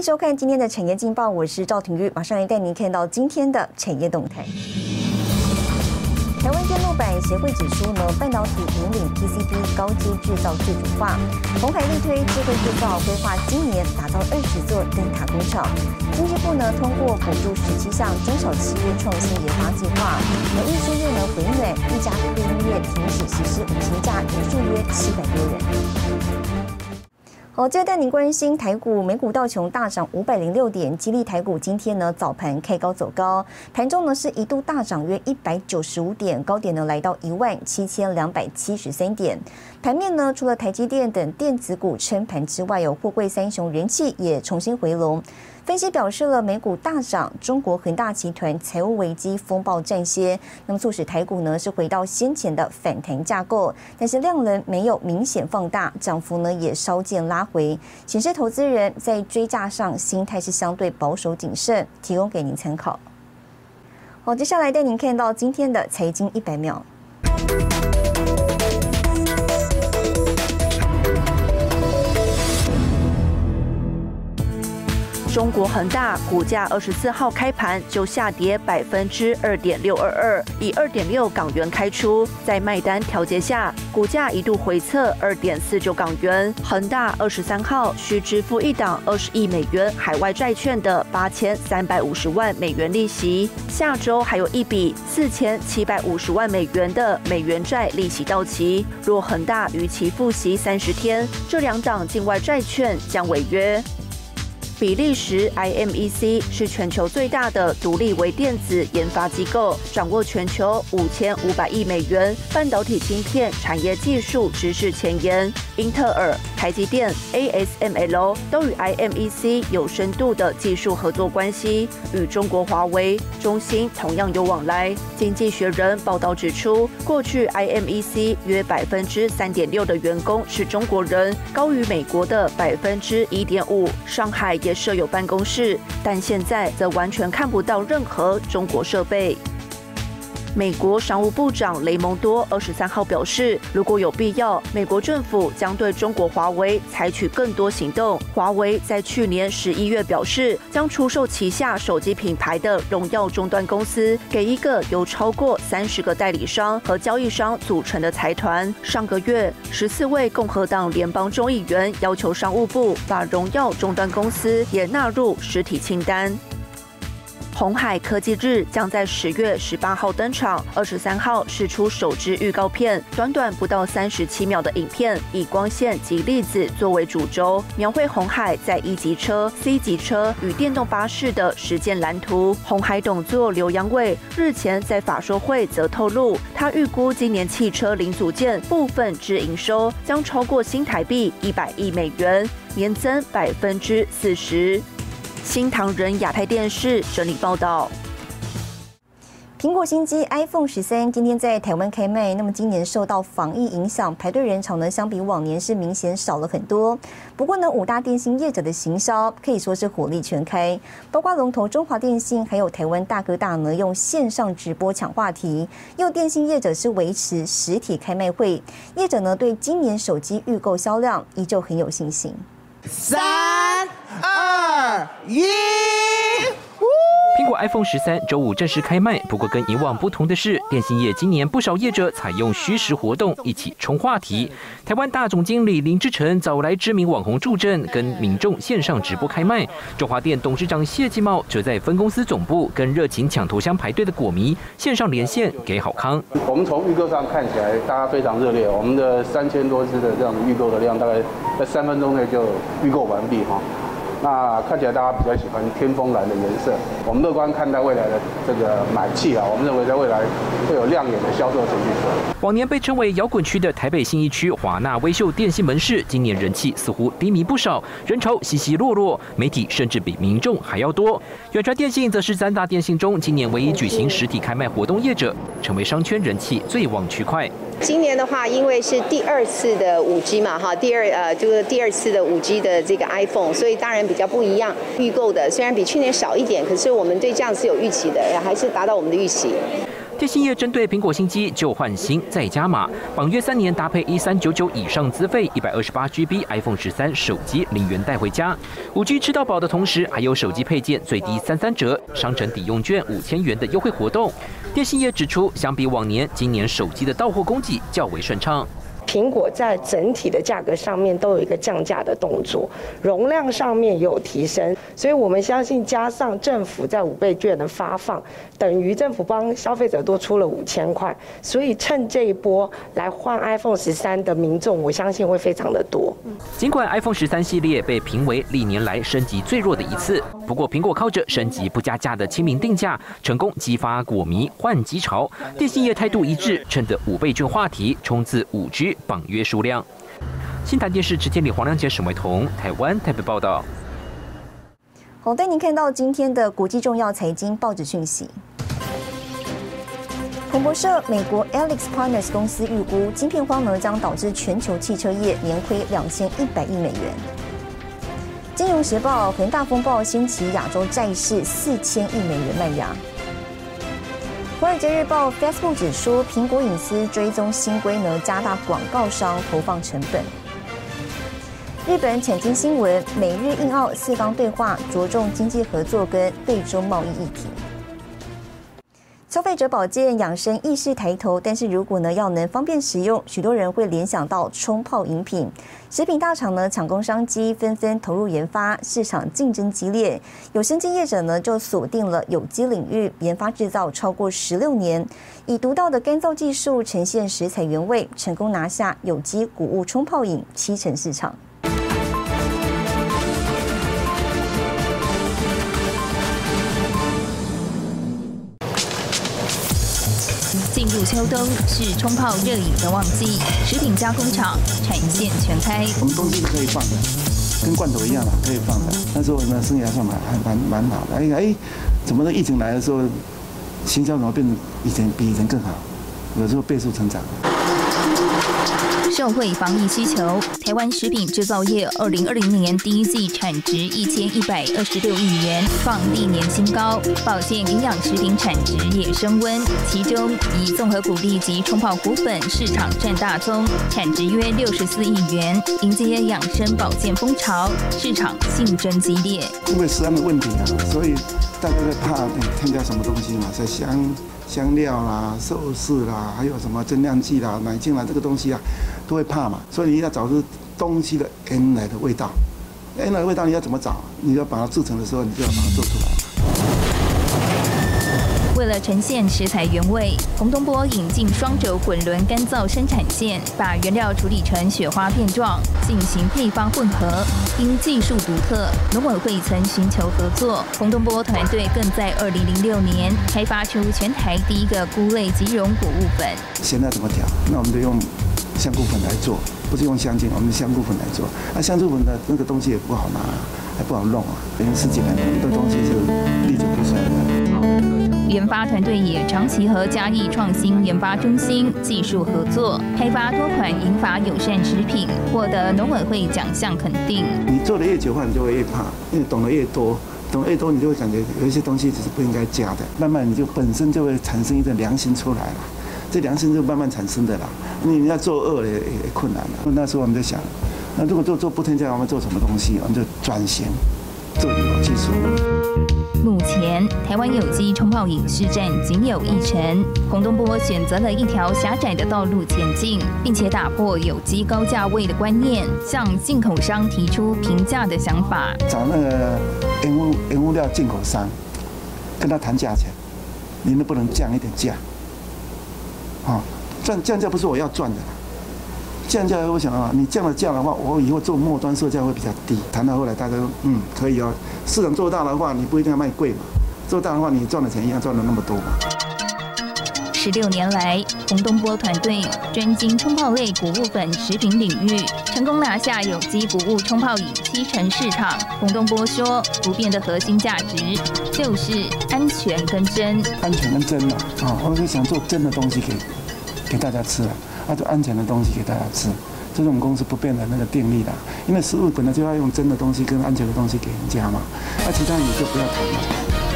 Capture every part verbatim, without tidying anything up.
收看今天的产业劲报，我是赵廷玉，马上来带您看到今天的产业动态。台湾电路板协会指出呢，半导体引领 P C B 高阶制造自主化。鸿海力推智慧制造，规划今年打造二十座灯塔工厂。经济部呢通过补助十七项中小企业创新研发计划。而运输业呢回暖，一家客运业停止实施五星假，人数约七百多人。好，接着带您关心台股，美股道琼大涨五百零六点，激励台股今天呢早盘开高走高，盘中呢是一度大涨约一百九十五点，高点呢来到一万七千两百七十三点。盘面呢除了台积电等电子股撑盘之外，有货柜三雄人气也重新回笼。分析表示了，美股大涨，中国恒大集团财务危机风暴暂歇，那么促使台股呢是回到先前的反弹架构，但是量能没有明显放大，涨幅呢也稍见拉回，显示投资人在追价上心态是相对保守谨慎，提供给您参考。好，接下来带您看到今天的财经一百秒。 中国恒大股价二十四号开盘就下跌百分之二点六二二，以二点六港元开出，在卖单调节下，股价一度回测二点四九港元。恒大二十三号需支付一档二十亿美元海外债券的八千三百五十万美元利息，下周还有一笔四千七百五十万美元的美元债利息到期。若恒大逾期付息三十天，这两档境外债券将违约。比利时 I M E C 是全球最大的独立微电子研发机构，掌握全球五千五百亿美元半导体晶片产业技术知识前沿。英特尔、台积电、A S M L 都与 I M E C 有深度的技术合作关系，与中国华为、中兴同样有往来。经济学人报道指出，过去 I M E C 约百分之三点六的员工是中国人，高于美国的百分之一点五。上海也设有办公室，但现在则完全看不到任何中国设备。美国商务部长雷蒙多二十三号表示，如果有必要，美国政府将对中国华为采取更多行动。华为在去年十一月表示，将出售旗下手机品牌的荣耀终端公司给一个由超过三十个代理商和交易商组成的财团。上个月，十四位共和党联邦众议员要求商务部把荣耀终端公司也纳入实体清单。鸿海科技日将在十月十八号登场，二十三号释出首支预告片，短短不到三十七秒的影片，以光线及粒子作为主轴，描绘鸿海在一级车、C 级车与电动巴士的实践蓝图。鸿海董座刘扬伟日前在法说会则透露，他预估今年汽车零组件部分之营收将超过新台币一百亿美元，年增百分之四十。新唐人亚太电视整理报道。 苹果新机 iPhone 十三今天在台湾开卖，那么今年受到防疫影响，排队人潮呢相比往年是明显少了很多。不过呢，五大电信业者的行销可以说是火力全开，包括龙头中华电信还有台湾大哥大呢，用线上直播抢话题。又电信业者是维持实体开卖会，业者呢对今年手机预购销量依旧很有信心。 三二一。 苹果 iPhone 十三周五正式开卖，不过跟以往不同的是，电信业今年不少业者采用虚实活动一起冲话题。台湾大总经理林志成找来知名网红助阵，跟民众线上直播开卖。中华电董事长谢继茂则在分公司总部跟热情抢头香排队的果迷线上连线给好康。 我们从预购上看起来，大家非常热烈。我们的三千多支的这样的预购的量，大概在三分钟内就预购完毕哈。那看起来大家比较喜欢天枫蓝的颜色，我们乐观看待未来的这个买气啊，我们认为在未来会有亮眼的销售成绩出来。 往年被称为摇滚区的台北信义区华纳威秀电信门市，今年人气似乎低迷不少，人潮稀稀落落，媒体甚至比民众还要多。远传电信则是三大电信中今年唯一举行实体开卖活动业者，成为商圈人气最旺区块。 今年的话，因为是第二次的五 G 嘛，哈，第二呃就是第二次的五 G 的这个 iPhone， 所以当然比较不一样。预购的虽然比去年少一点，可是我们对这样是有预期的，还是达到我们的预期。 电信业针对苹果新机旧换新再加码，绑约三年搭配一三九九以上资费一百二十八 G B iPhone 十三手机零元带回家，五 G 吃到饱的同时，还有手机配件最低三三折，商城抵用券五千元的优惠活动。电信业指出，相比往年，今年手机的到货供给较为顺畅。 苹果在整体的价格上面都有一个降价的动作，容量上面也有提升，所以我们相信加上政府在五倍券的发放，等于政府帮消费者多出了五千块，所以趁这一波来换 iPhone 十三的民众，我相信会非常的多。 尽管 iPhone 十三系列被评为历年来升级最弱的一次，不过苹果靠着升级不加价的亲民定价，成功激发果迷换机潮。电信业态度一致，趁着五倍券话题冲刺五 G。绑约数量。新台电视直接李黄亮杰、沈维彤，台湾台北报道。 好，带您看到今天的国际重要财经报纸讯息。彭博社，美国 Alex Partners 公司预估，晶片荒呢将导致全球汽车业年亏两千一百亿美元。金融时报，恒大风暴掀起亚洲债市四千亿美元卖压。华尔街日报 Facebook 指出，苹果隐私追踪新规呢，加大广告商投放成本。日本产经新闻，美日印澳四方对话着重经济合作跟对中贸易议题。消费者保健养生意识抬头，但是如果呢要能方便食用，许多人会联想到冲泡饮品。食品大厂呢抢攻商机，纷纷投入研发，市场竞争激烈。有生技业者呢就锁定了有机领域，研发制造超过十六年，以独到的干燥技术呈现食材原味，成功拿下有机谷物冲泡饮七成市场。 进入秋冬是冲泡热饮的旺季，食品加工厂产线全开。 我们东西是可以放的，跟罐头一样嘛，可以放的。那时候呢，生意还算蛮还蛮蛮好的。哎哎，怎么的疫情来的时候，行销怎么变得以前比以前更好？有时候倍数成长。 受惠防疫需求，台湾食品制造业二零二零年第一季产值一千一百二十六亿元，创历年新高。保健营养食品产值也升温，其中以综合谷粒及冲泡谷粉市场占大宗，产值约六十四亿元，迎接养生保健风潮，市场竞争激烈。 因为食安的问题啊，所以大家在怕添加什么东西嘛，在香香料啦、寿司啦，还有什么增量剂啦、奶精啦，这个东西啊。都会怕嘛，所以你要找出东西的原来的味道，原来的味道你要怎么找？你要把它制成的时候，你就要把它做出来。 为了呈现食材原味，洪东波引进双轴滚轮干燥生产线，把原料处理成雪花片状，进行配方混合。因技术独特，农委会曾寻求合作，洪东波团队更在二零零六年开发出全台第一个菇类即溶谷物粉。 现在怎么调？那我们就用香菇粉来做，不是用香精，我们香菇粉来做。那、啊、香菇粉的那个东西也不好拿，还不好弄啊。等于十几年，这东西是历久不衰的。 研发团队也长期和嘉义创新研发中心技术合作，开发多款银发友善食品，获得农委会奖项肯定。 你做的越久的话，你就会越怕，因为懂得越多，懂得越多，你就会感觉有一些东西只是不应该加的，慢慢你就本身就会产生一个良心出来了。这良心就慢慢产生的啦，你要做恶也也困难了。那时候我们在想，那如果做做不添加，我们做什么东西？我们就转型做有技术。 目前台湾有机冲泡饮市占仅有一成，洪东波选择了一条狭窄的道路前进，并且打破有机高价位的观念，向进口商提出平价的想法。 找那个原物原物料进口商，跟他谈价钱，你能不能降一点价？啊，降降价不是我要赚的，降价我想啊，你降了价的话，我以后做末端售价会比较低。谈到后来，大家说嗯可以哦，市场做大的话，你不一定要卖贵嘛，做大的话，你赚的钱一样赚了那么多嘛。 十六年来，洪东波团队专精冲泡类谷物粉食品领域，成功拿下有机谷物冲泡饮七成市场。洪东波说，不变的核心价值就是安全跟真。 安全跟真嘛，啊，我是想做真的东西给给大家吃了，啊，做安全的东西给大家吃，这是我们公司不变的那个定力的。因为食物本来就要用真的东西跟安全的东西给人家嘛，那、啊、其他你就不要谈了。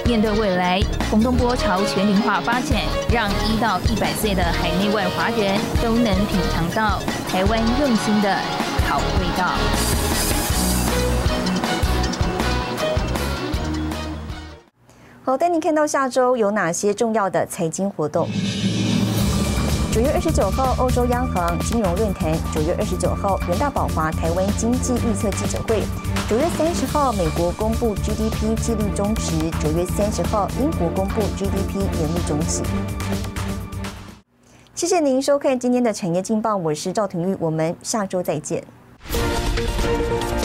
面对未来，洪东波朝全龄化发展，让一到一百岁的海内外华人都能品尝到台湾用心的好味道。 好，带您看到下周有哪些重要的财经活动。九月二十九号，欧洲央行金融论坛；九月二十九号，元大宝华台湾经济预测记者会；九月三十号，美国公布 G D P 季率中值；九月三十号，英国公布 G D P 年率中值。谢谢您收看今天的产业劲报，我是赵廷玉，我们下周再见。